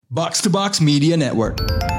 Box to Box Media Network.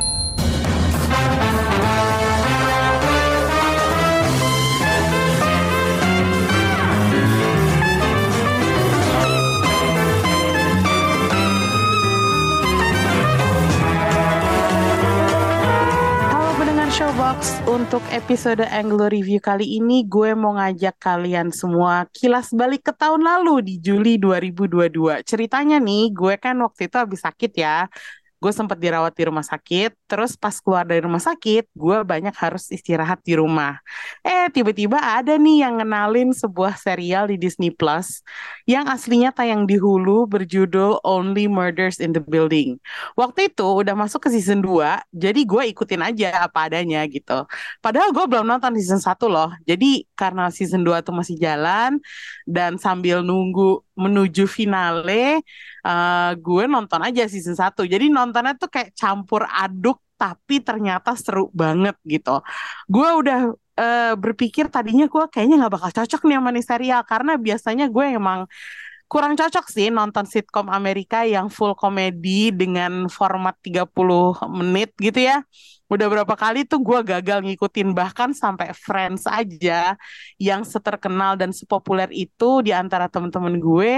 Showbox, untuk episode Anglo Review kali ini gue mau ngajak kalian semua kilas balik ke tahun lalu di Juli 2022. Ceritanya nih, gue kan waktu itu habis sakit ya. Gue sempat dirawat di rumah sakit, terus pas keluar dari rumah sakit, gue banyak harus istirahat di rumah. Tiba-tiba ada nih yang ngenalin sebuah serial di Disney Plus yang aslinya tayang di Hulu berjudul Only Murders in the Building. Waktu itu udah masuk ke season 2, jadi gue ikutin aja apa adanya gitu. Padahal gue belum nonton season 1 loh, jadi karena season 2 tuh masih jalan, dan sambil nunggu menuju finale, gue nonton aja season 1. Jadi nontonnya tuh kayak campur aduk tapi ternyata seru banget gitu. Gue udah berpikir tadinya gue kayaknya nggak bakal cocok nih sama nih serial karena biasanya gue emang kurang cocok sih nonton sitkom Amerika yang full komedi dengan format 30 menit gitu ya. Udah berapa kali tuh gue gagal ngikutin, bahkan sampai Friends aja yang seterkenal dan sepopuler itu di antara temen-temen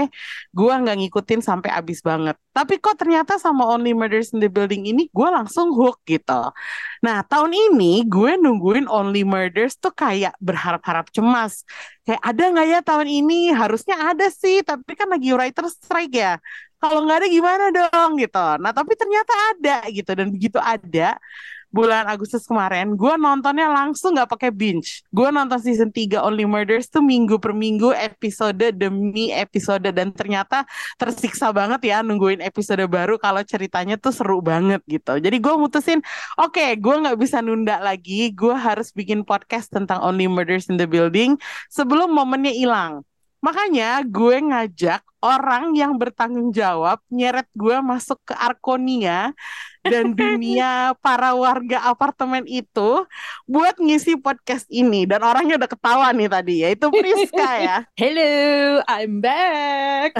gue nggak ngikutin sampai abis banget. Tapi kok ternyata sama Only Murders in the Building ini gue langsung hook gitu. Nah, tahun ini gue nungguin Only Murders tuh kayak berharap-harap cemas. Kayak ada nggak ya tahun ini? Harusnya ada sih, tapi kan lagi writer strike ya. Kalau nggak ada gimana dong gitu. Nah, tapi ternyata ada gitu. Dan begitu ada, bulan Agustus kemarin, gue nontonnya langsung nggak pakai binge. Gue nonton season 3 Only Murders tuh minggu per minggu, episode demi episode. Dan ternyata tersiksa banget ya nungguin episode baru kalau ceritanya tuh seru banget gitu. Jadi gue mutusin, oke, gue nggak bisa nunda lagi. Gue harus bikin podcast tentang Only Murders in the Building sebelum momennya hilang. Makanya gue ngajak orang yang bertanggung jawab nyeret gue masuk ke Arkonia dan dunia para warga apartemen itu buat ngisi podcast ini. Dan orangnya udah ketawa nih tadi, yaitu Priska ya. Hello, I'm back.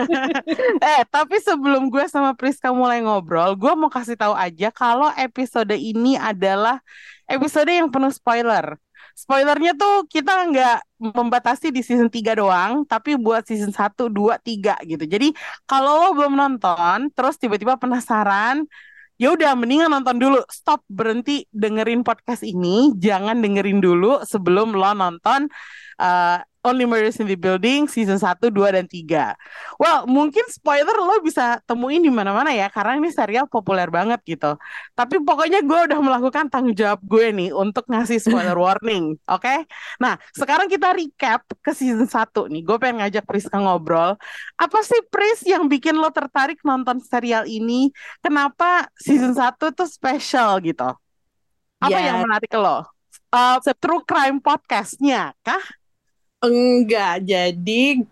Tapi sebelum gue sama Priska mulai ngobrol, gue mau kasih tahu aja kalau episode ini adalah episode yang penuh spoiler. Spoilernya tuh kita nggak membatasi di season 3 doang, tapi buat season 1, 2, 3 gitu. Jadi kalau lo belum nonton, terus tiba-tiba penasaran, ya udah mendingan nonton dulu. Stop, berhenti dengerin podcast ini, jangan dengerin dulu sebelum lo nonton Only Murders in the Building season 1, 2, dan 3. Well, mungkin spoiler lo bisa temuin di mana-mana ya, karena ini serial populer banget gitu. Tapi pokoknya gue udah melakukan tanggung jawab gue nih untuk ngasih spoiler warning, oke? Okay? Nah, sekarang kita recap ke season 1 nih. Gue pengen ngajak Priska ngobrol. Apa sih, Pris, yang bikin lo tertarik nonton serial ini? Kenapa season 1 tuh special gitu? Apa yang menarik lo? True crime podcastnya kah? Enggak, jadi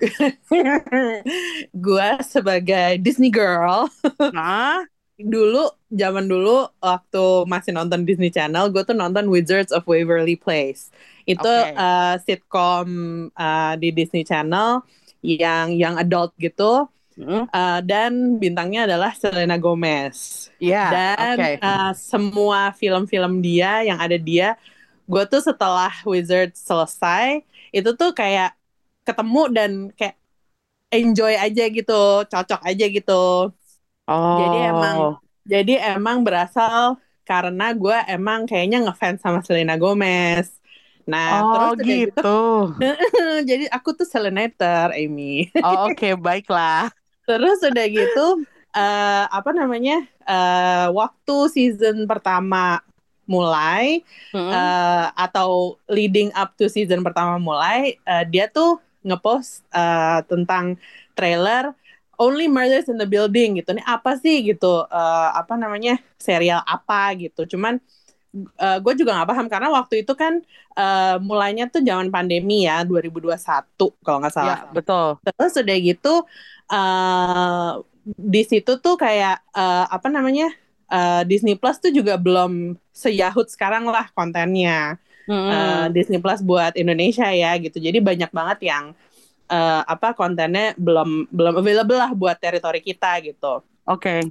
gue sebagai Disney girl, Nah, zaman dulu waktu masih nonton Disney Channel, gue tuh nonton Wizards of Waverly Place. Itu oke. sitcom di Disney Channel yang adult gitu. Dan bintangnya adalah Selena Gomez. Iya, Dan oke. semua film-film dia yang ada dia, gue tuh setelah Wizards selesai, itu tuh kayak ketemu dan kayak enjoy aja gitu, cocok aja gitu. Jadi emang Oh, jadi emang berasal karena gue emang kayaknya ngefans sama Selena Gomez. Nah, oh terus udah gitu, gitu. jadi aku tuh Selenator, Amy. Oh, oke, baiklah. Terus udah gitu, apa namanya, waktu season pertama mulai, Hmm. atau leading up to season pertama mulai, dia tuh ngepost tentang trailer Only Murders in the Building gitu. Nih apa sih gitu, apa namanya, serial apa gitu. Cuman gue juga nggak paham karena waktu itu kan mulainya tuh zaman pandemi ya, 2021 kalau nggak salah. Ya, betul. Terus udah gitu, uh, di situ tuh kayak apa namanya, Disney Plus tuh juga belum seyahut sekarang lah kontennya. Hmm. Disney Plus buat Indonesia ya gitu. Jadi banyak banget yang apa kontennya belum belum available lah buat teritori kita gitu. Oke.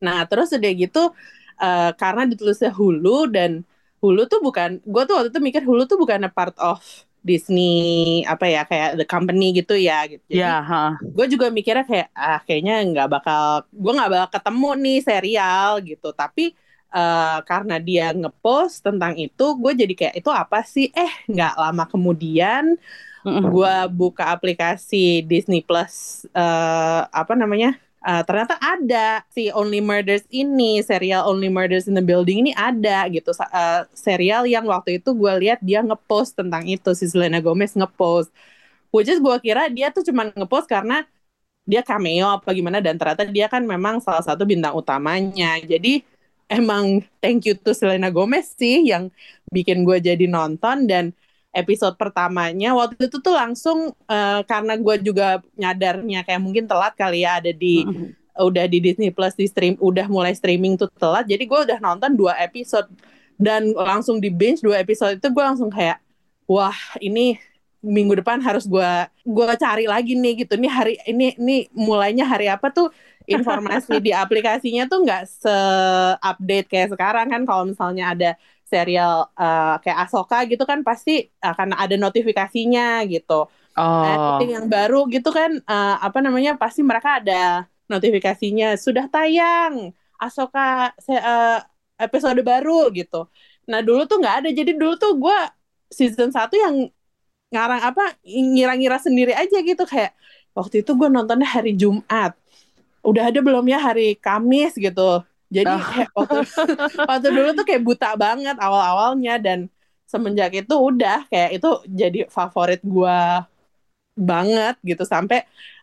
Nah, terus udah gitu karena ditulisnya Hulu, dan Hulu tuh bukan, gue tuh waktu itu mikir Hulu tuh bukan a part of Disney apa ya, kayak the company gitu ya gitu. Jadi Ya, ha. gue juga mikirnya kayak kayaknya gue nggak bakal ketemu nih serial gitu. Tapi karena dia ngepost tentang itu, gue jadi kayak itu apa sih? Nggak lama kemudian gue buka aplikasi Disney Plus, apa namanya? Ternyata ada si Only Murders ini, serial Only Murders in the Building ini ada gitu. Serial yang waktu itu gue lihat dia ngepost tentang itu, si Selena Gomez ngepost. Which is gue kira dia tuh cuma ngepost karena dia cameo apa gimana, dan ternyata dia kan memang salah satu bintang utamanya. Jadi emang thank you to Selena Gomez sih yang bikin gue jadi nonton. Dan episode pertamanya waktu itu tuh langsung karena gue juga nyadarnya kayak mungkin telat kali ya, ada di udah di Disney Plus, di stream udah mulai streaming tuh telat, jadi gue udah nonton 2 episode dan langsung di binge 2 episode itu. Gue langsung kayak wah, ini minggu depan harus gue cari lagi nih gitu. Nih hari ini mulainya hari apa tuh, informasi di aplikasinya tuh nggak se-update kayak sekarang kan. Kalau misalnya ada serial kayak Ahsoka gitu kan pasti akan ada notifikasinya gitu. Anything yang baru gitu kan apa namanya, pasti mereka ada notifikasinya sudah tayang Ahsoka episode baru gitu. Nah dulu tuh nggak ada, jadi dulu tuh gue season 1 yang ngarang apa, ngira-ngira sendiri aja gitu. Kayak waktu itu gue nontonnya hari Jumat, udah ada belum ya hari Kamis gitu. Jadi kayak waktu dulu tuh kayak buta banget awal-awalnya, dan semenjak itu udah kayak itu jadi favorit gue banget gitu. Sampai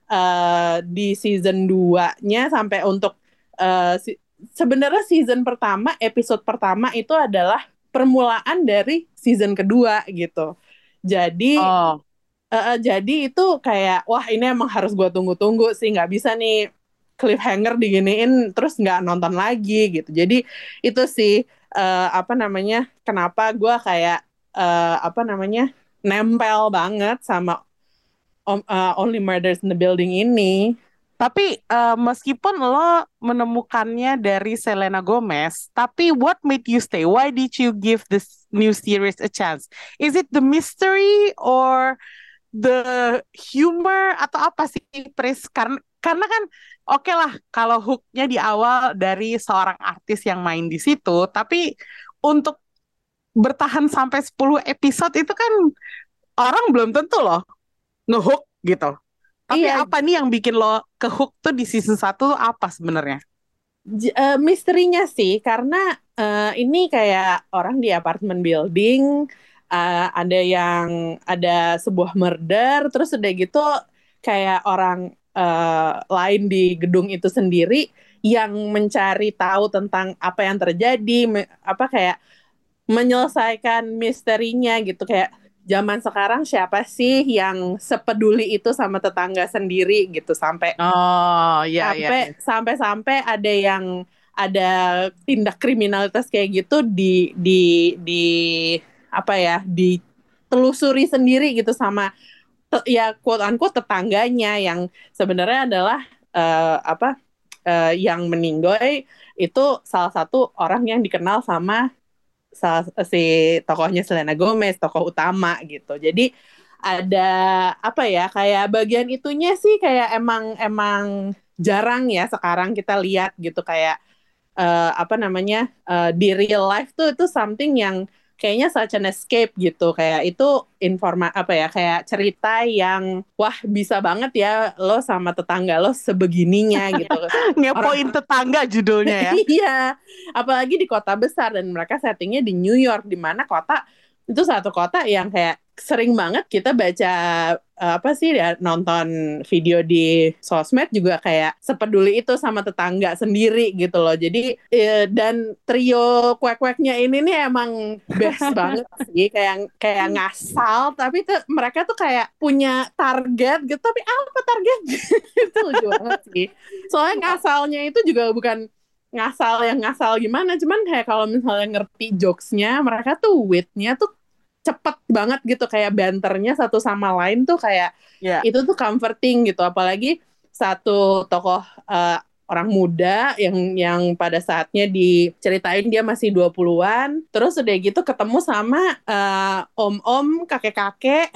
di season 2-nya, sampai untuk sebenarnya season pertama, episode pertama itu adalah permulaan dari season kedua gitu. Jadi jadi itu kayak wah, ini emang harus gue tunggu-tunggu sih, nggak bisa nih cliffhanger diginiin terus nggak nonton lagi gitu. Jadi itu sih apa namanya, kenapa gue kayak apa namanya, nempel banget sama Only Murders in the Building ini. Tapi meskipun lo menemukannya dari Selena Gomez, tapi what made you stay? Why did you give this new series a chance? Is it the mystery or the humor atau apa sih, Pris? Karena kan oke lah kalau hooknya di awal dari seorang artis yang main di situ, tapi untuk bertahan sampai 10 episode itu kan orang belum tentu loh ngehook gitu. Tapi Iya, apa nih yang bikin lo ke hook tuh di season 1 apa sebenarnya? misterinya sih karena ini kayak orang di apartemen building, ada sebuah murder, terus udah gitu kayak orang lain di gedung itu sendiri yang mencari tahu tentang apa yang terjadi, apa kayak menyelesaikan misterinya gitu. Kayak zaman sekarang siapa sih yang sepeduli itu sama tetangga sendiri gitu, sampai Iya. sampai ada tindak kriminalitas kayak gitu di apa ya, ditelusuri sendiri gitu sama ya quote unquote tetangganya, yang sebenarnya adalah apa yang meninggoy itu salah satu orang yang dikenal sama si tokohnya Selena Gomez, tokoh utama gitu. Jadi ada apa ya, kayak bagian itunya sih kayak emang jarang ya sekarang kita lihat gitu. Kayak apa namanya, di real life tuh itu something yang kayaknya such an escape gitu. Kayak itu apa ya, kayak cerita yang wah, bisa banget ya lo sama tetangga lo sebegininya gitu. Ngepoin tetangga judulnya ya. Iya, apalagi di kota besar, dan mereka settingnya di New York, di mana kota itu satu kota yang kayak sering banget kita baca apa sih ya, nonton video di sosmed juga kayak sepeduli itu sama tetangga sendiri gitu loh. Jadi dan trio kuek-kueknya ini nih emang best banget sih, kayak ngasal tapi tuh mereka tuh kayak punya target gitu, tapi apa targetnya? Itu lucu banget sih. Soalnya ngasalnya itu juga bukan ngasal yang ngasal gimana, cuman kayak kalau misalnya ngerti jokesnya, mereka tuh witnya tuh cepet banget gitu, kayak banternya satu sama lain tuh kayak itu tuh comforting gitu. Apalagi satu tokoh orang muda yang pada saatnya diceritain dia masih 20-an, terus udah gitu ketemu sama om-om, kakek-kakek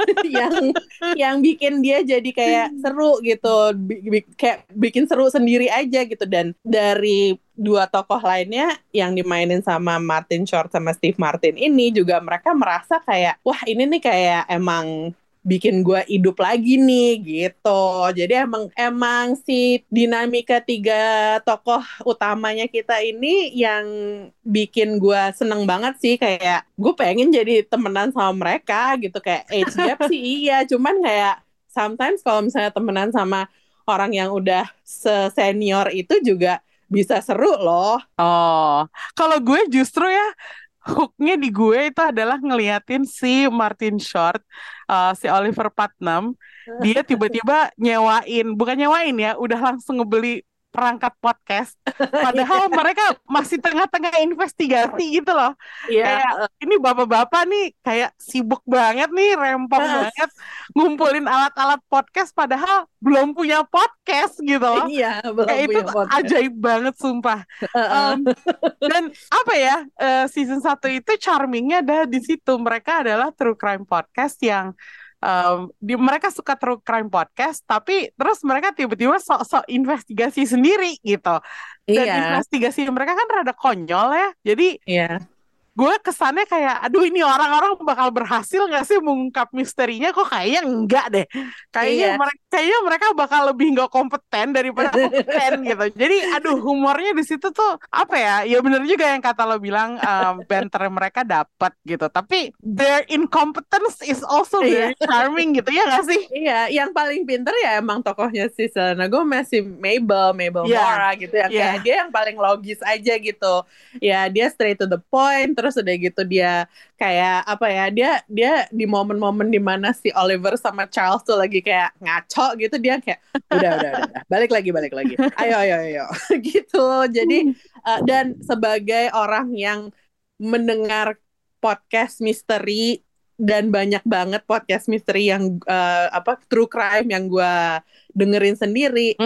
yang bikin dia jadi kayak seru gitu, kayak bikin seru sendiri aja gitu. Dan dari dua tokoh lainnya yang dimainin sama Martin Short sama Steve Martin ini juga mereka merasa kayak wah ini nih kayak emang bikin gue hidup lagi nih gitu. Jadi emang si dinamika tiga tokoh utamanya kita ini yang bikin gue seneng banget sih. Kayak gue pengen jadi temenan sama mereka gitu. Kayak age gap sih iya, cuman kayak sometimes kalau misalnya temenan sama orang yang udah senior itu juga bisa seru loh. Oh, kalau gue justru ya hooknya di gue itu adalah ngeliatin si Martin Short, si Oliver Putnam, dia tiba-tiba bukan nyewain ya, udah langsung ngebeli perangkat podcast. Padahal mereka masih tengah-tengah investigasi gitu loh. Iya. Kayak ini bapak-bapak nih kayak sibuk banget nih, rempong banget ngumpulin alat-alat podcast padahal belum punya podcast gitu loh. Iya, belum Kayak itu punya podcast. ajaib banget sumpah. Dan apa ya, season 1 itu charmingnya ada di situ. Mereka adalah true crime podcast yang mereka suka true crime podcast, tapi terus mereka tiba-tiba sok-sok investigasi sendiri gitu. Dan Iya. investigasi mereka kan rada konyol ya. Jadi Iya. gue kesannya kayak, aduh ini orang-orang bakal berhasil nggak sih mengungkap misterinya? Kok kayaknya enggak deh. Iya. Kayaknya mereka bakal lebih nggak kompeten daripada kompeten gitu. Jadi, aduh humornya di situ tuh apa ya? Ya bener juga yang kata lo bilang, banter mereka dapat gitu. Tapi their incompetence is also very charming gitu ya nggak sih? Iya, yang paling pinter ya emang tokohnya si Selena Gomez, si Mabel Mora gitu yang kayak dia yang paling logis aja gitu. Ya dia straight to the point, terus udah gitu dia kayak apa ya, dia di momen-momen dimana si Oliver sama Charles tuh lagi kayak ngaco gitu, dia kayak udah, balik lagi, ayo gitu. Jadi dan sebagai orang yang mendengar podcast misteri dan banyak banget podcast misteri yang true crime yang gue dengerin sendiri,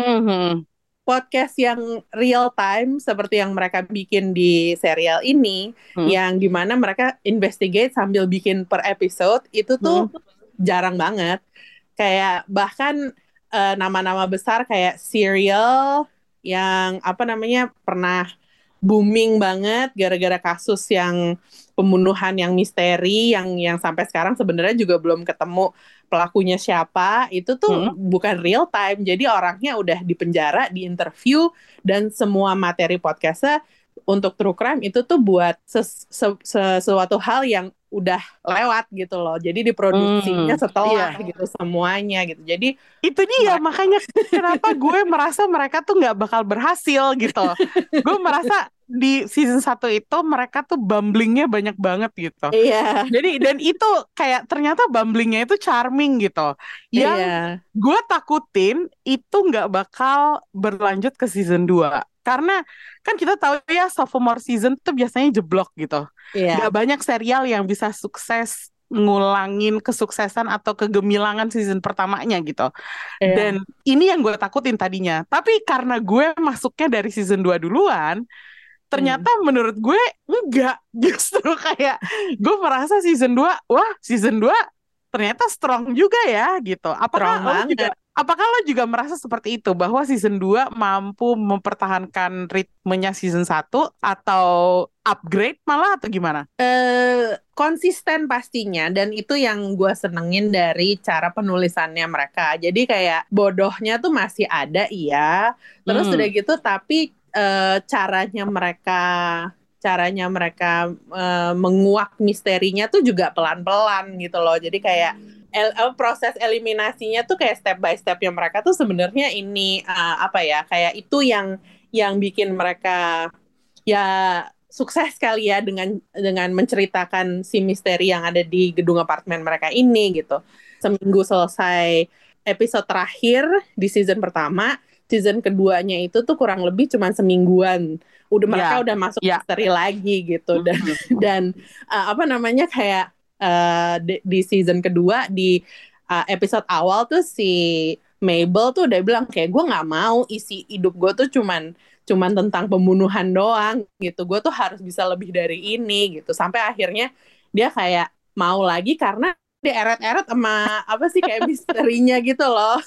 podcast yang real time seperti yang mereka bikin di serial ini, yang dimana mereka investigate sambil bikin per episode, itu tuh jarang banget. Kayak bahkan nama-nama besar kayak Serial yang pernah booming banget gara-gara kasus yang pembunuhan yang misteri yang sampai sekarang sebenarnya juga belum ketemu pelakunya siapa, itu tuh bukan real time. Jadi orangnya udah di penjara, di interview, dan semua materi podcastnya untuk true crime itu tuh buat sesuatu hal yang udah lewat gitu loh. Jadi diproduksinya setelah gitu semuanya gitu. Jadi itu dia makanya kenapa gue merasa mereka tuh nggak bakal berhasil gitu. Gue merasa di season 1 itu mereka tuh bumblingnya banyak banget gitu. Iya. Jadi dan itu kayak ternyata bumblingnya itu charming gitu. Yang gue takutin itu nggak bakal berlanjut ke season 2. Karena kan kita tahu ya sophomore season tuh biasanya jeblok gitu. Gak banyak serial yang bisa sukses ngulangin kesuksesan atau kegemilangan season pertamanya gitu. Dan ini yang gue takutin tadinya. Tapi karena gue masuknya dari season 2 duluan, ternyata menurut gue enggak. Justru kayak gue merasa season 2, wah season 2 ternyata strong juga ya gitu. Apakah lo juga merasa seperti itu, bahwa season 2 mampu mempertahankan ritmenya season 1 atau upgrade malah atau gimana? Konsisten pastinya, dan itu yang gue senengin dari cara penulisannya mereka. Jadi kayak bodohnya tuh masih ada iya, terus udah gitu tapi caranya mereka menguak misterinya tuh juga pelan-pelan gitu loh. Jadi kayak proses eliminasinya tuh kayak step by step yang mereka tuh sebenarnya ini kayak itu yang bikin mereka ya sukses kali ya dengan menceritakan si misteri yang ada di gedung apartemen mereka ini gitu. Seminggu selesai episode terakhir di season pertama, season keduanya itu tuh kurang lebih cuma semingguan. Mereka udah masuk misteri lagi gitu. Dan kayak di season kedua di episode awal tuh si Mabel tuh udah bilang kayak gue nggak mau isi hidup gue tuh cuman tentang pembunuhan doang gitu. Gue tuh harus bisa lebih dari ini gitu. Sampai akhirnya dia kayak mau lagi karena dieret-eret sama apa sih kayak misterinya gitu loh.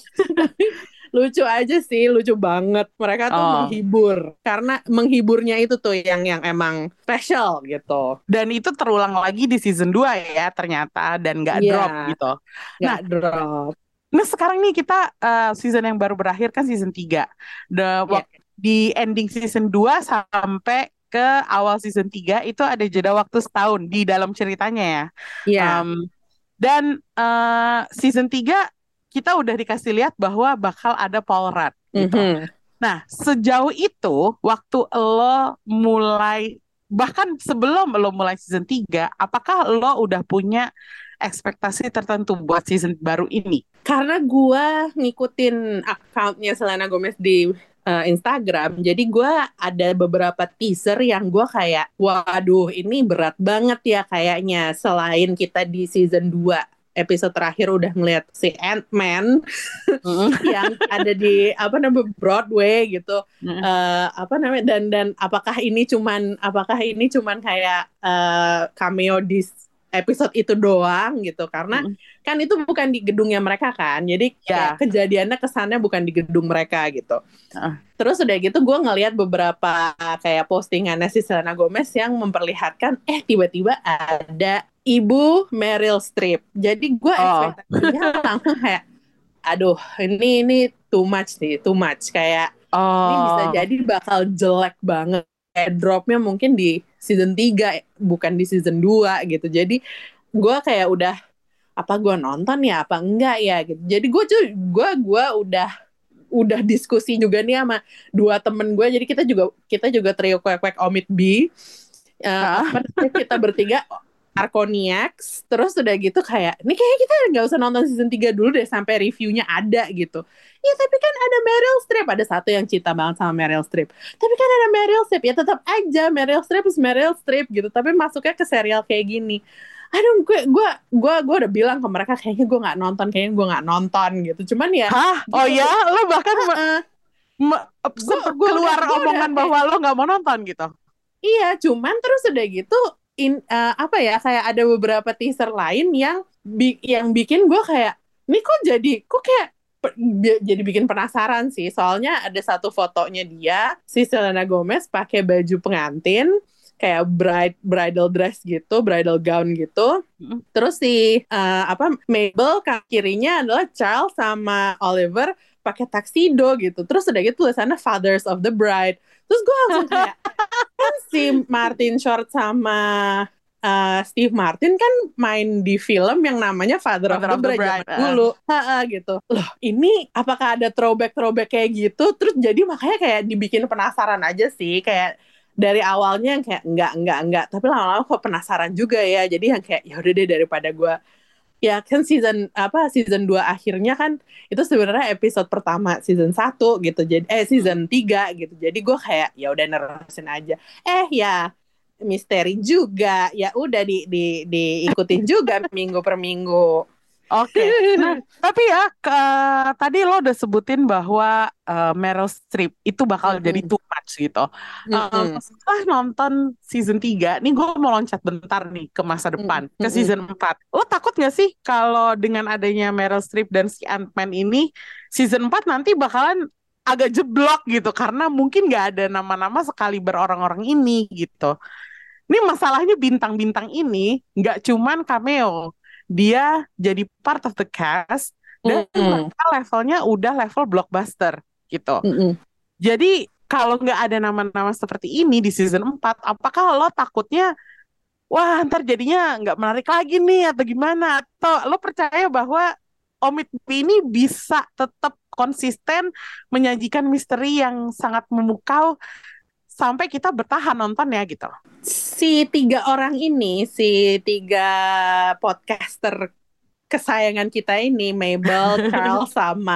Lucu aja sih, lucu banget. Mereka tuh Oh. menghibur karena menghiburnya itu tuh yang emang special gitu. Dan itu terulang lagi di season 2 ya ternyata dan nggak drop Iya, gitu. nggak Nah, drop. sekarang nih kita season yang baru berakhir kan season 3. Iya, Di ending season 2 sampai ke awal season 3 itu ada jeda waktu setahun di dalam ceritanya ya. iya. Um, dan season 3 kita udah dikasih lihat bahwa bakal ada Paul Rudd gitu. Mhm. Nah, sejauh itu waktu lo mulai bahkan sebelum lo mulai season 3, apakah lo udah punya ekspektasi tertentu buat season baru ini? Karena gue ngikutin accountnya Selena Gomez di Instagram, jadi gue ada beberapa teaser yang gue kayak, waduh ini berat banget ya kayaknya. Selain kita di season 2 episode terakhir udah ngeliat si Ant-Man yang ada di apa namanya Broadway gitu. Apa namanya dan apakah ini cuman kayak cameo di episode itu doang gitu, karena kan itu bukan di gedungnya mereka kan, jadi kayak Ya. kejadiannya kesannya bukan di gedung mereka gitu. Terus udah gitu gue ngelihat beberapa kayak postingannya si Selena Gomez yang memperlihatkan tiba-tiba ada ibu Meryl Streep, jadi gue ekspektasinya langsung kayak aduh ini too much kayak ini bisa jadi bakal jelek banget, kayak dropnya mungkin di season 3 bukan di season 2 gitu. Jadi gue kayak udah apa gue nonton ya apa enggak ya gitu. Jadi gue udah diskusi juga nih sama dua temen gue. Jadi kita juga trio kuek-kuek Omid B. Kita bertiga Arconiacs. Terus udah gitu kayak ini kayaknya kita nggak usah nonton season 3 dulu deh sampai reviewnya ada gitu. Ya tapi kan ada Meryl Streep. Ada satu yang cinta banget sama Meryl Streep. Tapi kan ada Meryl Streep. Ya tetap aja Meryl Streep is Meryl Streep gitu. Tapi masuknya ke serial kayak gini. Aduh, gue udah bilang ke mereka kayaknya gue nggak nonton gitu. Cuman ya. Hah? Oh gitu. ya, lo bahkan keluar omongan bahwa lo nggak mau nonton gitu. Iya, cuman terus udah gitu apa ya kayak ada beberapa teaser lain yang bikin gue kayak ini kok kayak jadi bikin penasaran sih. Soalnya ada satu fotonya dia si Selena Gomez pakai baju pengantin kayak bridal dress gitu, bridal gown gitu. Terus si Mabel kirinya adalah Charles sama Oliver pakai tuxedo gitu. Terus udah gitu tulisannya Fathers of the Bride. Terus gue langsung kayak kan si Martin Short sama Steve Martin kan main di film yang namanya Father of the Bride zaman dulu. Gitu. Loh, ini apakah ada throwback kayak gitu? Terus jadi makanya kayak dibikin penasaran aja sih, kayak dari awalnya kayak enggak, tapi lama-lama kok penasaran juga ya. Jadi yang kayak ya udah deh daripada gue ya kan season 2 akhirnya kan itu sebenarnya episode pertama season 1 gitu. Jadi season 3 gitu. Jadi gue kayak ya udah nerusin aja. Ya misteri juga. Ya udah diikutin juga minggu per minggu. Oke. Nah, tapi ya tadi lo udah sebutin bahwa Meryl Streep itu bakal jadi too much gitu. Setelah nonton season 3, nih gue mau loncat bentar nih ke masa depan, ke season 4. Lo takut gak sih kalau dengan adanya Meryl Streep dan si Ant-Man ini, season 4 nanti bakalan agak jeblok gitu, karena mungkin gak ada nama-nama sekaliber orang-orang ini gitu. Ini masalahnya bintang-bintang ini gak cuman cameo, dia jadi part of the cast dan mereka levelnya udah level blockbuster gitu. Jadi kalau nggak ada nama-nama seperti ini di season 4, apakah lo takutnya wah ntar jadinya nggak menarik lagi nih atau gimana? Atau lo percaya bahwa Omid ini bisa tetap konsisten menyajikan misteri yang sangat memukau sampai kita bertahan nonton ya gitu. Si 3 orang ini, si 3 podcaster kesayangan kita ini, Mabel, Charles, sama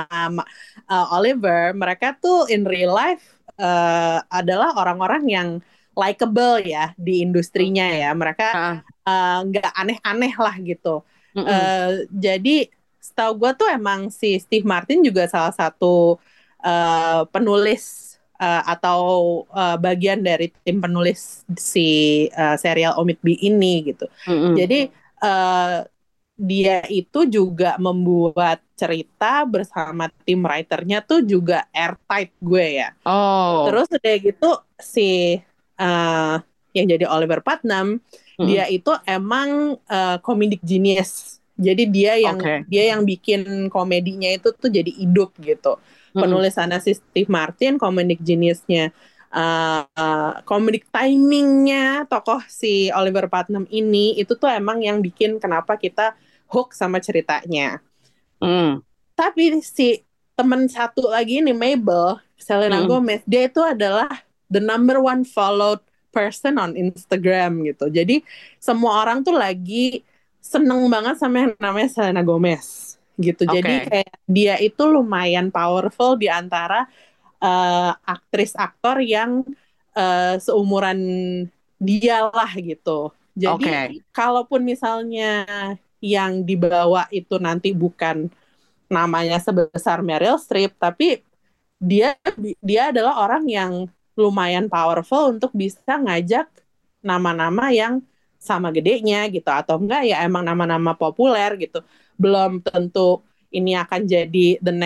Oliver, mereka tuh in real life adalah orang-orang yang likable ya di industrinya ya. Mereka nggak aneh-aneh lah gitu. Jadi setahu gue tuh emang si Steve Martin juga salah satu penulis atau bagian dari tim penulis si serial Omid B ini gitu. Mm-mm. Jadi dia itu juga membuat cerita bersama tim writernya tuh juga airtight gue ya. Oh. Terus udah gitu si yang jadi Oliver Putnam, dia itu emang comedic genius. Jadi dia yang bikin komedinya itu tuh jadi hidup gitu. Penulisannya si Steve Martin, comedic geniusnya, comedic timingnya tokoh si Oliver Putnam ini itu tuh emang yang bikin kenapa kita hook sama ceritanya. Tapi si temen satu lagi nih, Mabel, Selena Gomez, dia itu adalah the number one followed person on Instagram gitu. Jadi semua orang tuh lagi seneng banget sama yang namanya Selena Gomez gitu. Jadi kayak dia itu lumayan powerful di antara aktris-aktor yang seumuran dia lah gitu. Jadi kalaupun misalnya yang dibawa itu nanti bukan namanya sebesar Meryl Streep, tapi dia adalah orang yang lumayan powerful untuk bisa ngajak nama-nama yang sama gedenya gitu, atau enggak ya emang nama-nama populer gitu. Belum tentu ini akan jadi the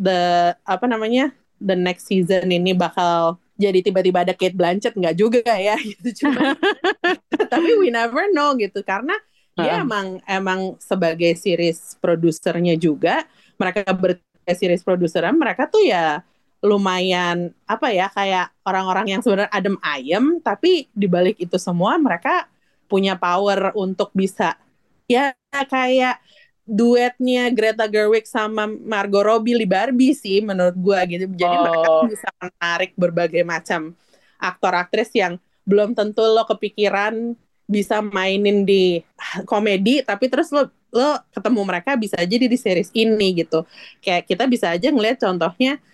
next season ini bakal jadi tiba-tiba ada Kate Blanchett, nggak juga ya gitu. Cuma tapi we never know gitu, karena dia emang sebagai series produsernya juga, mereka series produsernya mereka tuh ya lumayan apa ya, kayak orang-orang yang sebenarnya adem ayem, tapi dibalik itu semua mereka punya power untuk bisa ya kayak duetnya Greta Gerwig sama Margot Robbie di Barbie sih menurut gue gitu. Jadi mereka bisa menarik berbagai macam aktor-aktris yang belum tentu lo kepikiran bisa mainin di komedi, tapi terus lo ketemu mereka bisa aja di series ini gitu. Kayak kita bisa aja ngeliat contohnya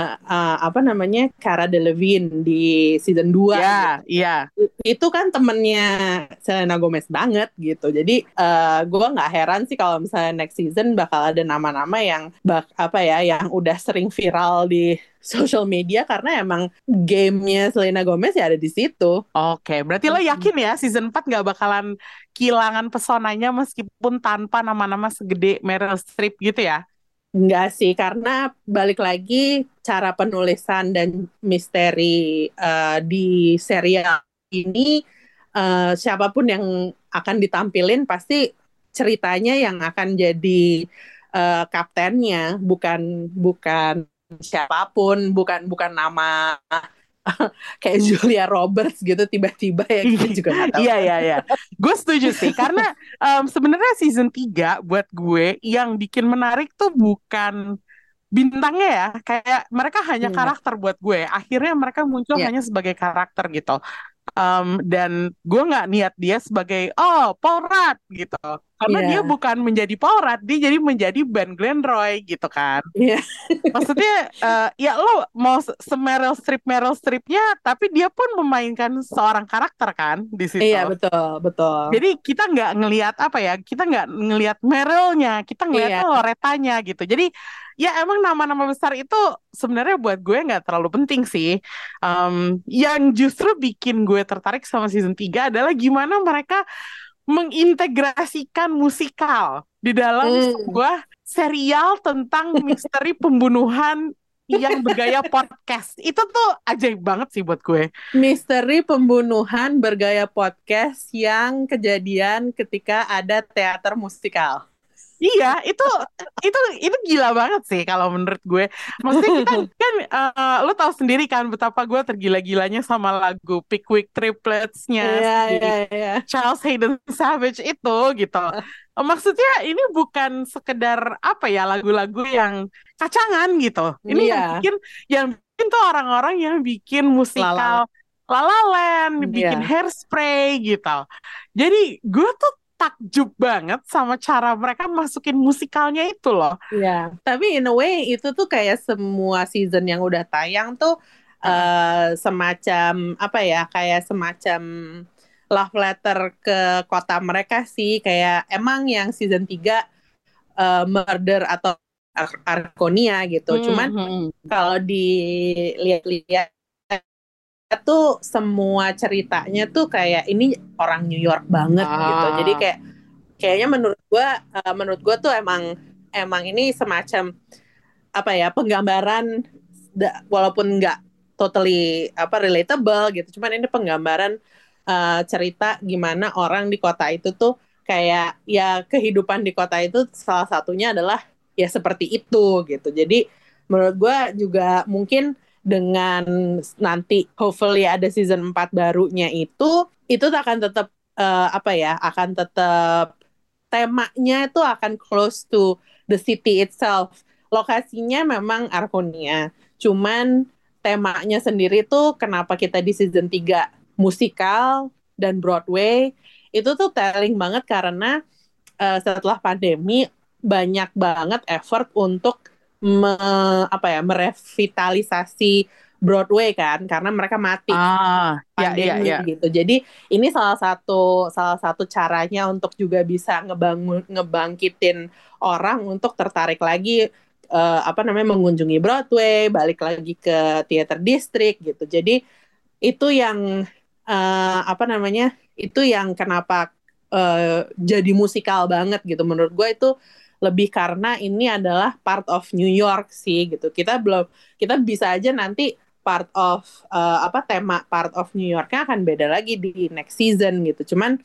Cara Delevingne di season 2 gitu. Itu kan temennya Selena Gomez banget gitu. Jadi gue nggak heran sih kalau misalnya next season bakal ada nama-nama yang yang udah sering viral di social media, karena emang gamenya Selena Gomez ya ada di situ. Berarti lo yakin ya season 4 nggak bakalan kehilangan pesonanya meskipun tanpa nama-nama segede Meryl Streep gitu ya? Enggak sih, karena balik lagi cara penulisan dan misteri di serial ini, siapapun yang akan ditampilin pasti ceritanya yang akan jadi kaptennya, bukan siapapun, bukan nama kayak Julia Roberts gitu tiba-tiba ya, kita juga nggak tahu. Iya. Gue setuju sih, karena sebenarnya season 3 buat gue yang bikin menarik tuh bukan bintangnya ya, kayak mereka hanya karakter buat gue. Akhirnya mereka muncul hanya sebagai karakter gitu. Dan gue nggak niat dia sebagai Paul Rudd gitu, karena dia bukan menjadi Paul Rudd, dia jadi menjadi Ben Glenroy gitu kan. Maksudnya ya lo mau Meryl Streepnya, tapi dia pun memainkan seorang karakter kan di situ. Iya, betul. Jadi kita nggak ngelihat kita nggak ngelihat Merylnya, kita ngelihatnya Loretanya gitu. Jadi ya emang nama-nama besar itu sebenarnya buat gue nggak terlalu penting sih. Yang justru bikin gue tertarik sama season 3 adalah gimana mereka mengintegrasikan musikal di dalam sebuah serial tentang misteri pembunuhan yang bergaya podcast. Itu tuh ajaib banget sih buat gue. Misteri pembunuhan bergaya podcast yang kejadian ketika ada teater musikal. Iya, itu gila banget sih kalau menurut gue. Maksudnya kita kan lo tahu sendiri kan betapa gue tergila-gilanya sama lagu Pickwick Triplets-nya Charles Hayden Savage itu gitu. Maksudnya ini bukan sekedar lagu-lagu yang kacangan gitu. Ini yang bikin tuh orang-orang yang bikin musikal La La Land, bikin Hairspray gitu. Jadi gue tuh takjub banget sama cara mereka masukin musikalnya itu loh. Iya, tapi in a way itu tuh kayak semua season yang udah tayang tuh semacam kayak semacam love letter ke kota mereka sih. Kayak emang yang season 3 murder atau Arconia gitu. Cuman kalau dilihat-lihat tuh semua ceritanya tuh kayak ini orang New York banget gitu. Jadi kayaknya menurut gua tuh emang ini semacam apa ya, penggambaran walaupun nggak totally relatable gitu. Cuman ini penggambaran cerita gimana orang di kota itu tuh kayak ya kehidupan di kota itu salah satunya adalah ya seperti itu gitu. Jadi menurut gue juga mungkin dengan nanti hopefully ada season 4 barunya itu akan tetap akan tetap temanya itu akan close to the city itself. Lokasinya memang Arconia. Cuman temanya sendiri tuh kenapa kita di season 3 musikal dan Broadway itu tuh telling banget karena setelah pandemi banyak banget effort untuk merevitalisasi Broadway kan karena mereka mati pandemi gitu. Jadi ini salah satu caranya untuk juga bisa ngebangkitin orang untuk tertarik lagi mengunjungi Broadway, balik lagi ke Theater District gitu. Jadi itu yang itu yang kenapa jadi musikal banget gitu. Menurut gue itu lebih karena ini adalah part of New York sih gitu. Kita bisa aja nanti part of tema part of New Yorknya akan beda lagi di next season gitu. Cuman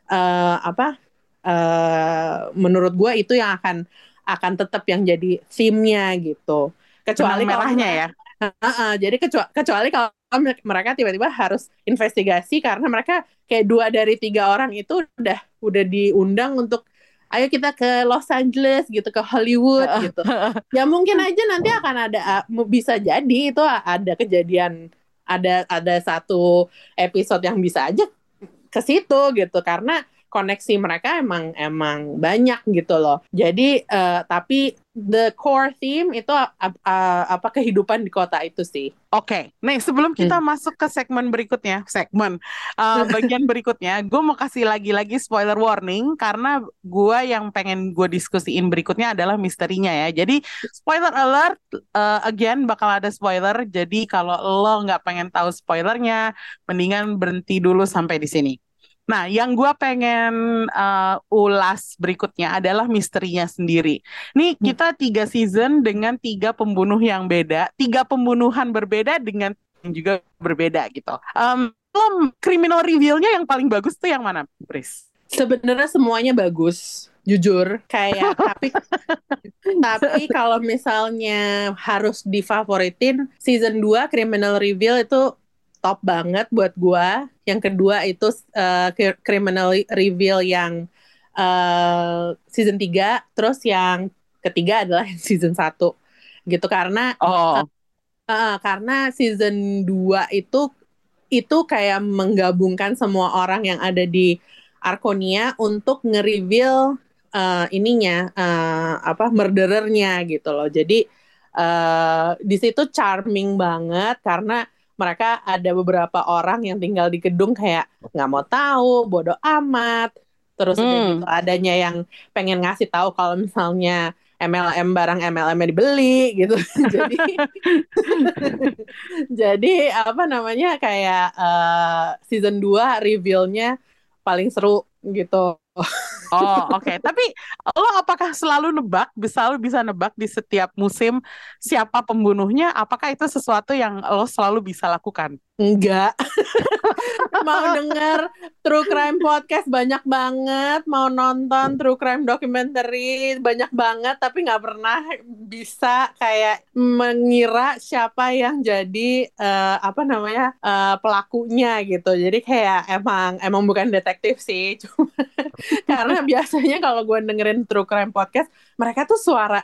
menurut gue itu yang akan tetap yang jadi theme-nya gitu. Kecuali merahnya ya. Jadi kecuali kalau mereka tiba-tiba harus investigasi karena mereka kayak 2 dari 3 orang itu udah diundang untuk ayo kita ke Los Angeles gitu, ke Hollywood gitu. Ya mungkin aja nanti akan ada, bisa jadi itu ada kejadian, ada satu episode yang bisa aja ke situ gitu karena koneksi mereka emang banyak gitu loh. Jadi tapi the core theme itu kehidupan di kota itu sih. Oke. Nih sebelum kita masuk ke segmen berikutnya, bagian berikutnya, gue mau kasih lagi spoiler warning karena gue yang pengen gue diskusiin berikutnya adalah misterinya ya. Jadi spoiler alert, again bakal ada spoiler. Jadi kalau lo nggak pengen tahu spoilernya, mendingan berhenti dulu sampai di sini. Nah, yang gue pengen ulas berikutnya adalah misterinya sendiri. Nih, kita 3 season dengan 3 pembunuh yang beda, 3 pembunuhan berbeda dengan yang juga berbeda gitu. Criminal reveal-nya yang paling bagus tuh yang mana, Pris? Sebenarnya semuanya bagus, jujur. Kayak tapi kalau misalnya harus difavoritin, season 2 criminal reveal itu top banget buat gua. Yang kedua itu criminal reveal yang season 3, terus yang ketiga adalah season 1 gitu karena karena season 2 itu kayak menggabungkan semua orang yang ada di Arconia untuk nge-reveal murderernya gitu loh. Jadi di situ charming banget karena mereka ada beberapa orang yang tinggal di gedung kayak nggak mau tahu, bodoh amat. Terus udah gitu adanya yang pengen ngasih tahu kalau misalnya MLM barang MLM-nya dibeli gitu. jadi kayak season 2 reveal-nya paling seru gitu. Oke. Tapi lo apakah selalu bisa nebak di setiap musim siapa pembunuhnya? Apakah itu sesuatu yang lo selalu bisa lakukan? Enggak. Mau denger true crime podcast banyak banget, mau nonton true crime documentary banyak banget, tapi nggak pernah bisa kayak mengira siapa yang jadi pelakunya gitu. Jadi kayak emang bukan detektif sih, cuma karena biasanya kalau gue dengerin true crime podcast, mereka tuh suara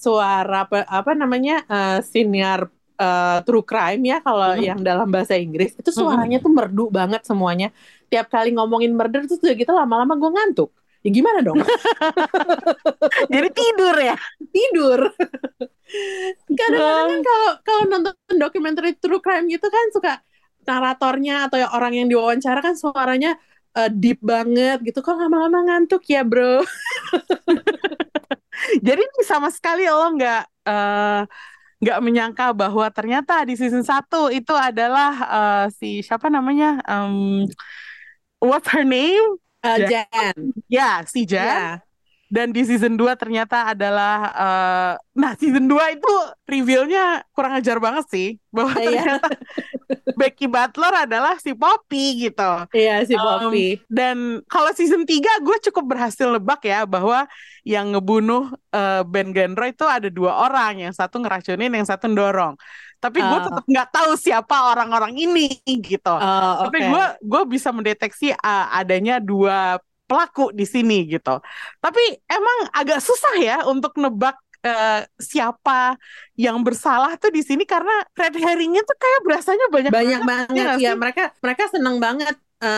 senior true crime ya kalau yang dalam bahasa Inggris itu suaranya tuh merdu banget semuanya. Tiap kali ngomongin murder tuh gitu lama-lama gue ngantuk. Ya gimana dong? Jadi tidur ya? Tidur. Kadang-kadang kan kalau nonton dokumenter true crime gitu kan suka naratornya atau orang yang diwawancara kan suaranya deep banget gitu. Kok lama-lama ngantuk ya bro? Jadi sama sekali lo nggak menyangka bahwa ternyata di season 1 itu adalah si siapa namanya? What's her name? Jan. Jan, Ya, si Jan. ya, Dan di season 2 ternyata adalah nah season 2 itu reveal-nya kurang ajar banget sih bahwa iya, ternyata Becky Butler adalah si Poppy gitu. iya si Poppy. Dan kalau season 3 gue cukup berhasil nebak ya bahwa yang ngebunuh Ben Gendro itu ada 2 orang, yang satu ngeracunin, yang satu dorong. Tapi gue Oh, tetap nggak tahu siapa orang-orang ini gitu. oh, Tapi oke. gue bisa mendeteksi adanya 2 pelaku di sini gitu. Tapi emang agak susah ya untuk nebak siapa yang bersalah tuh di sini karena red herringnya tuh kayak berasanya banyak Banyak banget ya banget nggak ya, sih? mereka seneng banget,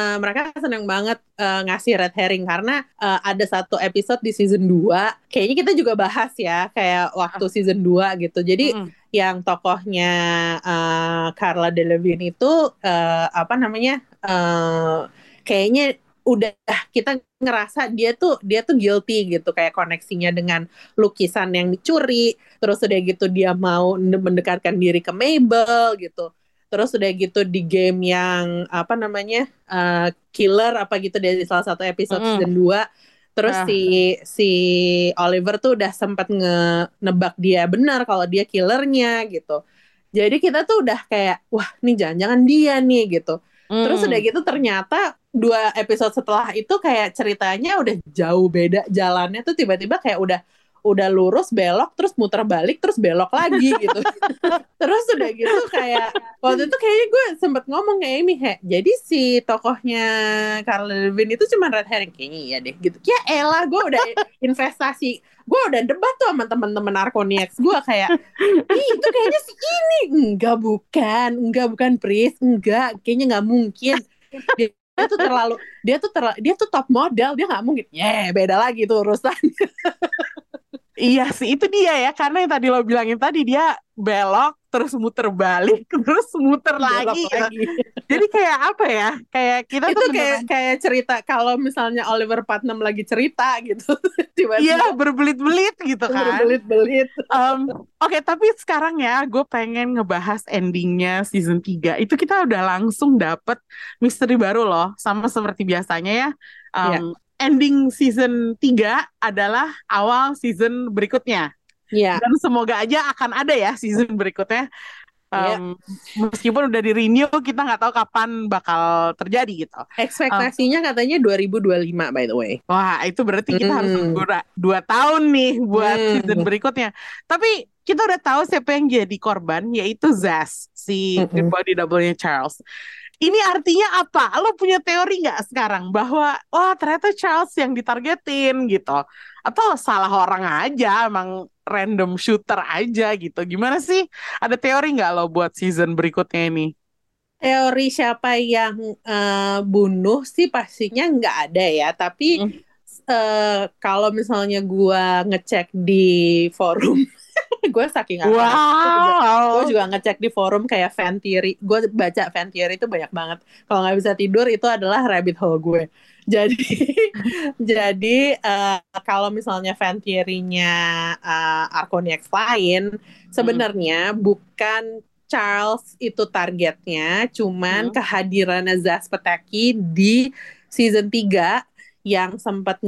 ngasih red herring karena ada satu episode di season 2 kayaknya kita juga bahas ya kayak waktu Ah, season 2 gitu. Jadi mm-mm. yang tokohnya Carla Delevingne itu apa namanya, kayaknya udah kita ngerasa dia tuh guilty gitu, kayak koneksinya dengan lukisan yang dicuri, terus udah gitu dia mau mendekatkan diri ke Mabel gitu. Terus udah gitu di game yang apa namanya, killer apa gitu dari salah satu episode Mm-mm. season 2. Terus Ah, si Oliver tuh udah sempat nebak dia benar kalau dia killernya gitu. Jadi kita tuh udah kayak wah nih jangan-jangan dia nih gitu. Terus udah mm. gitu ternyata 2 episode setelah itu kayak ceritanya udah jauh beda jalannya tuh, tiba-tiba kayak udah lurus belok terus muter balik terus belok lagi gitu. Terus udah gitu kayak waktu itu kayaknya gue sempet ngomong ke Amy kayak jadi si tokohnya Carl Levin itu cuma red herring, kayaknya iya deh gitu. Ya elah, gue udah investasi, gue udah debat tuh sama temen-temen Arconiacs gue kayak ih itu kayaknya si ini, enggak bukan Pris, enggak kayaknya nggak mungkin, dia tuh top model, dia nggak mungkin, beda lagi tuh urusan. Iya sih, itu dia ya. Karena yang tadi lo bilangin tadi, dia belok, terus muter balik, terus muter Belok lagi gitu. lagi. Jadi kayak apa ya? Kayak kita tuh Itu kayak beneran, kayak cerita kalau misalnya Oliver Putnam lagi cerita gitu, iya tiba-tiba berbelit-belit gitu kan. berbelit-belit. Oke, tapi sekarang ya, gue pengen ngebahas endingnya season 3. Itu kita udah langsung dapet misteri baru loh. Sama seperti biasanya ya. Iya, Ending season 3 adalah awal season berikutnya. iya, Dan semoga aja akan ada ya season berikutnya. iya. Meskipun udah di renew, kita nggak tahu kapan bakal terjadi gitu. Um, Ekspektasinya katanya 2025 by the way. Wah, itu berarti kita harus Hmm, nunggu 2 tahun nih buat season hmm, berikutnya. Tapi kita udah tahu siapa yang jadi korban, yaitu Zaz, si hmm. body double-nya Charles. Ini artinya apa? Lo punya teori nggak sekarang bahwa wah ternyata Charles yang ditargetin gitu? Atau salah orang aja, emang random shooter aja gitu? Gimana sih? Ada teori nggak lo buat season berikutnya ini? Teori siapa yang bunuh sih pastinya nggak ada ya. Tapi Mm. kalau misalnya gue ngecek di forum, gue saking nggak tahu, gue Wow. juga ngecek di forum kayak fan theory, gue baca fan theory itu banyak banget. Kalau nggak bisa tidur itu adalah rabbit hole gue. Jadi jadi kalau misalnya fan theory-nya Arconiacs lain, Mm. sebenarnya bukan Charles itu targetnya, cuman Mm. kehadiran Zaz Petaki di season 3 yang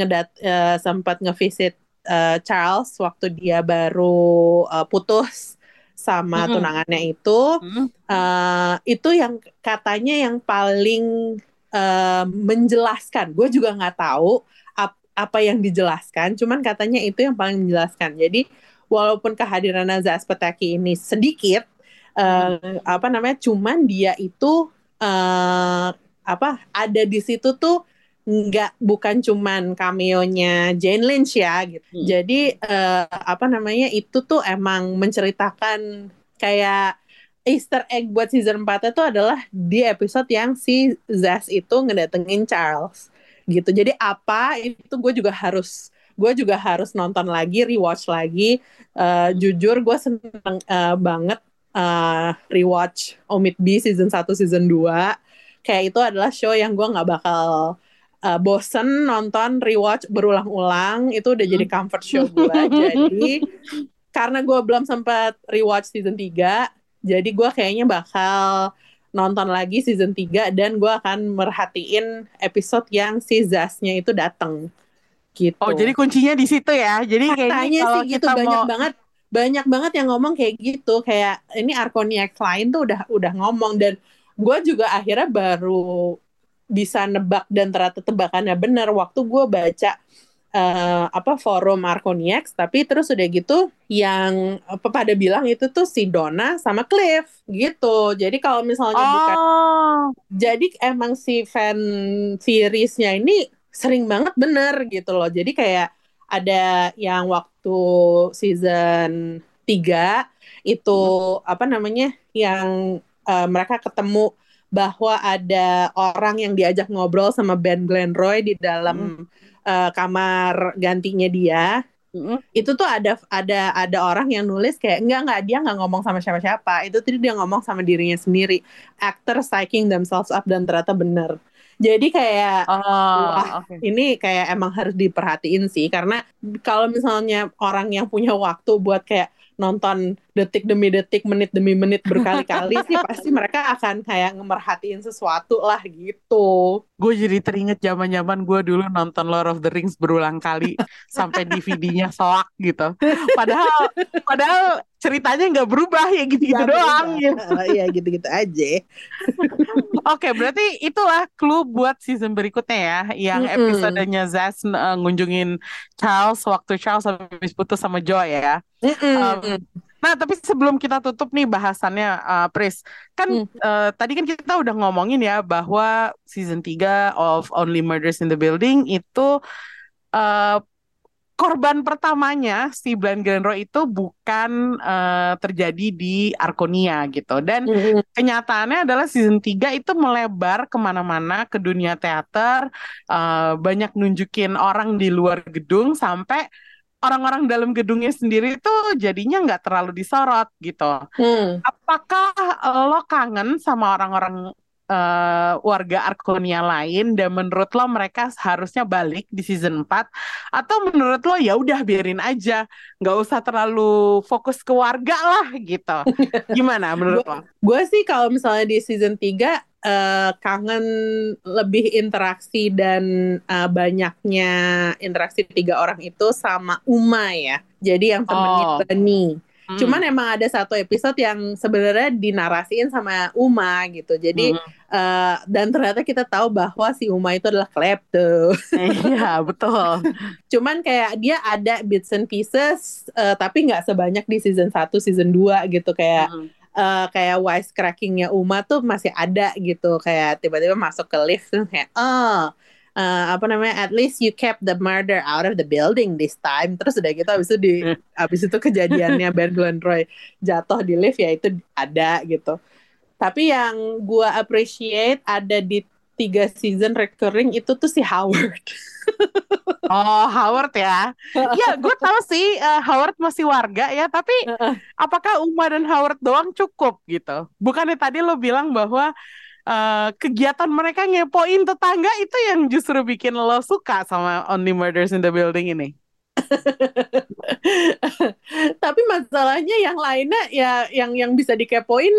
sempat ngevisit Charles waktu dia baru putus sama Mm. tunangannya Mm. itu yang katanya yang paling menjelaskan. Gue juga nggak tahu apa yang dijelaskan, cuman katanya itu yang paling menjelaskan. Jadi walaupun kehadiran Zaz Petaki ini sedikit, Mm. apa namanya, cuman dia itu apa ada di situ tuh bukan cuman cameo-nya Jane Lynch ya gitu. Mm. Jadi apa namanya itu tuh emang menceritakan kayak Easter egg buat season 4 itu adalah di episode yang si Zaz itu ngedatengin Charles gitu. Jadi apa itu gue juga harus nonton lagi, rewatch lagi. Jujur gue seneng banget rewatch Omid B season 1 season 2. Kayak itu adalah show yang gue nggak bakal bosen nonton rewatch berulang-ulang, itu udah jadi comfort show gue. Jadi karena gue belum sempat rewatch season 3, jadi gue kayaknya bakal nonton lagi season 3 dan gue akan merhatiin episode yang si Zaz-nya itu datang gitu. Oh, jadi kuncinya di situ ya. Jadi kayaknya Katanya kalau sih gitu, kita banyak banget yang ngomong kayak gitu, kayak ini Arconiax lain tuh udah ngomong, dan gue juga akhirnya baru bisa nebak dan ternyata tebakannya benar waktu gue baca forum Arconiax, tapi terus udah gitu yang pada bilang itu tuh si Donna sama Cliff gitu. Jadi kalau misalnya bukan, jadi emang si fan series-nya ini sering banget bener gitu loh. Jadi kayak ada yang waktu season 3 itu yang mereka ketemu bahwa ada orang yang diajak ngobrol sama Ben Glenroy di dalam kamar gantinya dia. Itu tuh ada orang yang nulis kayak enggak, dia nggak ngomong sama siapa-siapa. Itu tadi dia ngomong sama dirinya sendiri. Actor psyching themselves up, dan ternyata bener. Jadi kayak wah, ini kayak emang harus diperhatiin sih, karena kalau misalnya orang yang punya waktu buat kayak nonton detik demi detik, menit demi menit berkali-kali sih pasti mereka akan kayak ngemerhatiin sesuatu lah gitu. Gue jadi teringat zaman-zaman gue dulu nonton Lord of the Rings berulang kali sampai DVD-nya selak gitu. Padahal ceritanya nggak berubah, ya gitu-gitu doang. Iya gitu-gitu aja. Oke, berarti itulah clue buat season berikutnya ya, yang episodenya Zaz ngunjungin Charles waktu Charles habis putus sama Joy ya. Nah, tapi sebelum kita tutup nih bahasannya, Pris, kan tadi kan kita udah ngomongin ya bahwa season 3 of Only Murders in the Building itu korban pertamanya si Glenn Glenroy itu bukan terjadi di Arconia gitu. Dan kenyataannya adalah season 3 itu melebar kemana-mana ke dunia teater, banyak nunjukin orang di luar gedung, sampai orang-orang dalam gedungnya sendiri itu jadinya nggak terlalu disorot gitu. Apakah lo kangen sama orang-orang warga Arconia lain, dan menurut lo mereka harusnya balik di season 4, atau menurut lo ya udah biarin aja, nggak usah terlalu fokus ke warga lah gitu? Gimana menurut lo? Gue sih kalau misalnya di season 3 kangen lebih interaksi dan banyaknya interaksi 3 orang itu sama Uma ya. Jadi yang temennya Bunny. Cuman emang ada satu episode yang sebenarnya dinarasiin sama Uma gitu. Jadi dan ternyata kita tahu bahwa si Uma itu adalah klepto. Iya, betul. Cuman kayak dia ada bits and pieces, tapi nggak sebanyak di season 1, season 2 gitu. Kayak wisecrackingnya Uma tuh masih ada gitu. Kayak tiba-tiba masuk ke lift tuh kayak at least you kept the murder out of the building this time. Terus udah gitu abis itu kejadiannya Ben Glenroy jatuh di lift, ya itu ada gitu. Tapi yang gue appreciate ada di 3 season recurring itu tuh si Howard. Oh, Howard ya. Ya, gue tahu sih Howard masih warga ya, tapi apakah Uma dan Howard doang cukup gitu? Bukannya tadi lo bilang bahwa kegiatan mereka ngepoin tetangga itu yang justru bikin lo suka sama Only Murders in the Building ini? Tapi masalahnya yang lainnya ya yang bisa dikepoin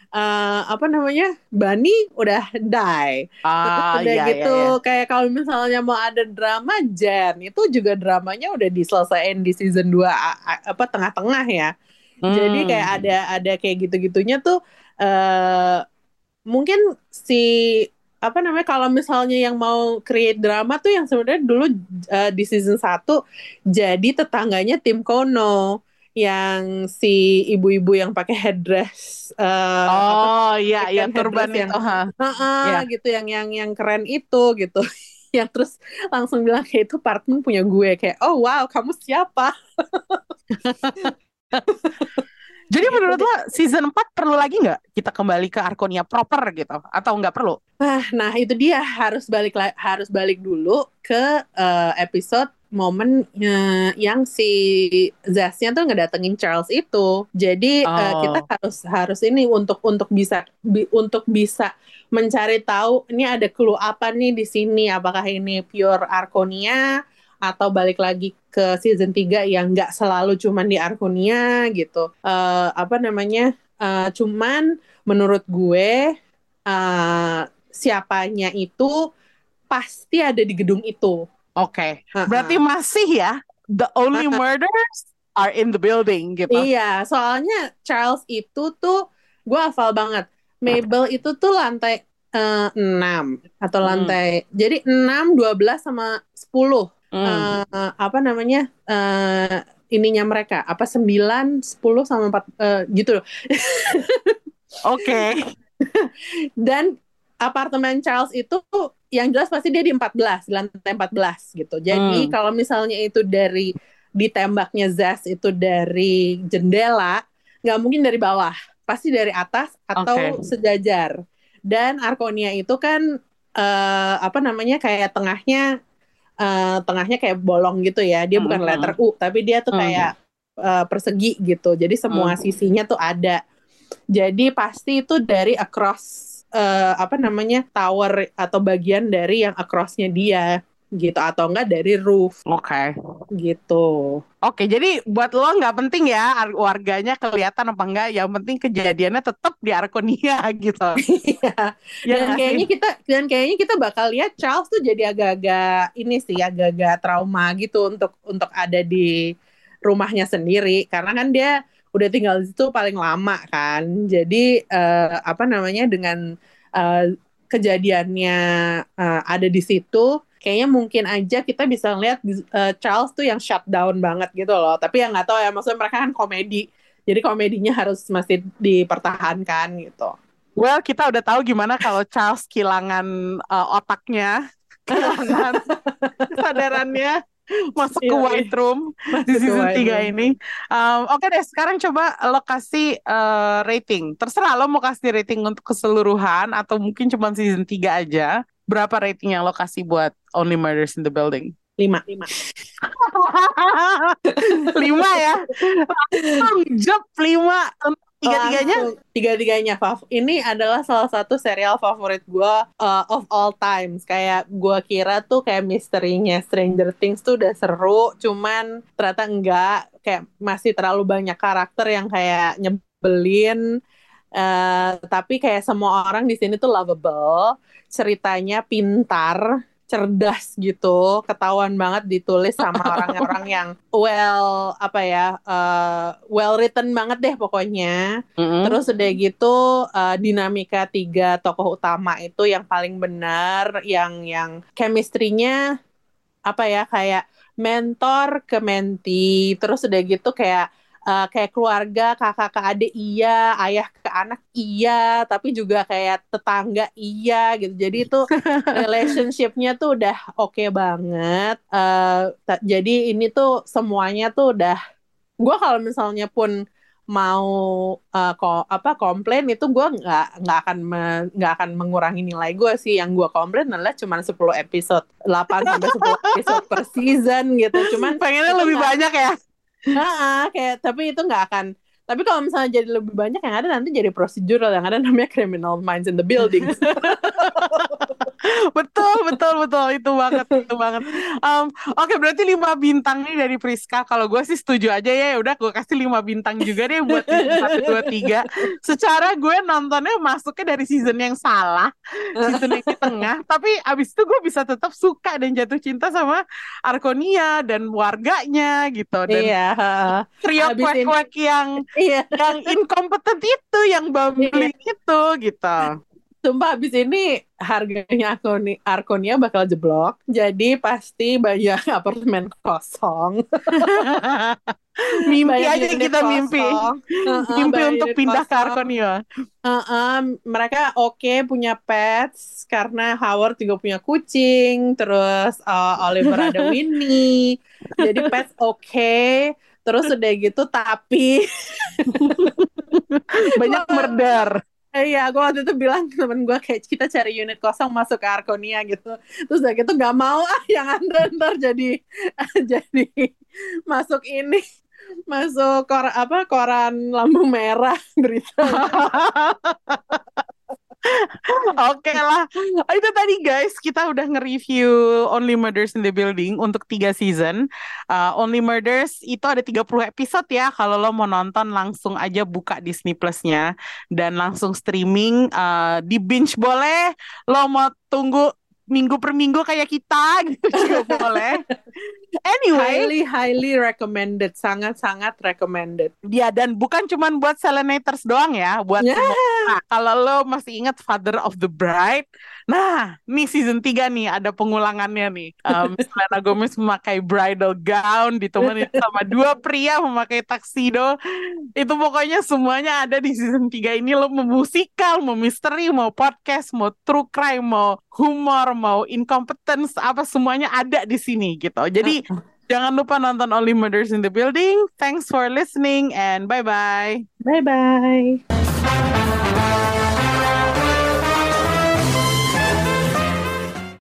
Bunny udah die. Terus udah gitu kayak kalau misalnya mau ada drama, Jen itu juga dramanya udah diselesain di season 2 tengah-tengah ya. Jadi kayak ada kayak gitu-gitunya tuh mungkin kalau misalnya yang mau create drama tuh yang sebenarnya dulu di season 1 jadi tetangganya Tim Kono, yang si ibu-ibu yang pakai headdress turban itu gitu, yang keren itu gitu. Yang terus langsung bilang kayak itu partner punya gue, kayak oh wow kamu siapa. Jadi menurut lo season 4 perlu lagi nggak kita kembali ke Arconia proper gitu, atau nggak perlu? Nah itu dia, harus balik dulu ke episode momen yang si Zaz-nya tuh ngedatengin Charles itu. Jadi kita harus ini untuk bisa mencari tahu ini ada clue apa nih di sini, apakah ini pure Arconia atau balik lagi ke season 3 yang nggak selalu cuman di Arconia gitu. Cuman menurut gue siapanya itu pasti ada di gedung itu. Oke. Berarti masih ya the only murders are in the building gitu. Iya, soalnya Charles itu tuh gue hafal banget. Mabel itu tuh lantai 6 atau lantai. Jadi 6, 12 sama 10. Ininya mereka apa 9, 10 sama 4 gitu loh. Oke. Dan apartemen Charles itu yang jelas pasti dia di lantai 14 gitu. Jadi kalau misalnya itu dari ditembaknya Zaz itu dari jendela, nggak mungkin dari bawah, pasti dari atas atau sejajar. Dan Arconia itu kan kayak tengahnya kayak bolong gitu ya. Dia bukan letter U, tapi dia tuh kayak persegi gitu. Jadi semua sisinya tuh ada. Jadi pasti itu dari across tower atau bagian dari yang across-nya dia gitu, atau enggak dari roof. Oke. Gitu. Oke, jadi buat lo nggak penting ya warganya kelihatan apa enggak, yang penting kejadiannya tetap di Arconia gitu. Iya. Dan kayaknya kita bakal lihat Charles tuh jadi agak-agak trauma gitu untuk ada di rumahnya sendiri, karena kan dia udah tinggal di situ paling lama kan. Jadi dengan kejadiannya ada di situ, kayaknya mungkin aja kita bisa ngeliat Charles tuh yang shutdown banget gitu loh. Tapi yang nggak tahu ya, maksudnya mereka kan komedi, jadi komedinya harus masih dipertahankan gitu. Well, kita udah tahu gimana kalau Charles kehilangan otaknya, kehilangan kesadarannya, masuk ke White Room di season 3 ini. Oke deh, sekarang coba lo kasih rating. Terserah lo mau kasih rating untuk keseluruhan atau mungkin cuma season 3 aja. Berapa rating yang lo kasih buat Only Murders in the Building? 5 ya? Job 5 tiga-tiganya ini adalah salah satu serial favorit gue of all times. Kayak gue kira tuh kayak misterinya Stranger Things tuh udah seru, cuman ternyata enggak, kayak masih terlalu banyak karakter yang kayak nyebelin. Tapi kayak semua orang di sini tuh lovable, ceritanya pintar, cerdas gitu, ketahuan banget ditulis sama orang-orang yang well written banget deh pokoknya. Terus udah gitu dinamika 3 tokoh utama itu yang paling benar, yang chemistry-nya kayak mentor ke mentee. Terus udah gitu kayak keluarga, kakak ke adik iya, ayah ke anak iya, tapi juga kayak tetangga iya gitu. Jadi itu relationship-nya tuh udah oke banget. Jadi ini tuh semuanya tuh udah, gue kalau misalnya pun mau komplain itu gue nggak akan mengurangi nilai gue sih. Yang gue komplain adalah cuma 10 episode, 8 sampai 10 episode per season gitu. Cuman pengennya lebih banyak ya. Tapi itu nggak akan. Tapi kalau misalnya jadi lebih banyak, yang ada nanti jadi prosedural, yang ada namanya Criminal Minds in the Building. betul itu banget. Oke, berarti 5 bintang nih dari Priska. Kalau gue sih setuju aja ya. Udah gue kasih 5 bintang juga deh buat season 1, 2, 3. Secara gue nontonnya masuknya dari season yang salah, season yang di tengah. Tapi abis itu gue bisa tetap suka dan jatuh cinta sama Arconia dan warganya gitu. Dan trio quack yang inkompeten itu, yang bumbling itu gitu. Sumpah abis ini harganya Arconia bakal jeblok. Jadi pasti banyak apartemen kosong. Mimpi aja kita mimpi untuk pindah ke Arconia. Mereka punya pets, karena Howard juga punya kucing. Terus Oliver ada Winnie. Jadi pets Terus udah gitu tapi banyak murder. Iya, aku waktu itu bilang ke temen gue kayak kita cari unit kosong masuk ke Arkonia gitu. Terus udah gitu nggak mau yang ntar jadi jadi masuk ini masuk koran lampu merah berita. Oke lah. Itu tadi guys, kita udah nge-review Only Murders in the Building untuk 3 season. Only Murders itu ada 30 episode ya. Kalau lo mau nonton langsung aja buka Disney Plus-nya dan langsung streaming. Di binge boleh. Lo mau tunggu minggu per minggu kayak kita gitu juga boleh. Anyway, Highly recommended, sangat recommended. dia dan bukan cuman buat Selenators doang ya, buat Ya, semua. Nah, kalau lo masih ingat Father of the Bride, nah, nih season 3 nih ada pengulangannya nih. Selena Gomez memakai bridal gown ditemenin sama dua pria memakai tuxedo. Itu pokoknya semuanya ada di season 3 ini. Lo mau musikal, mau misteri, mau podcast, mau true crime, mau humor, mau incompetence, apa semuanya ada di sini gitu. Jadi jangan lupa nonton Only Murders in the Building. Thanks for listening and bye-bye. bye bye.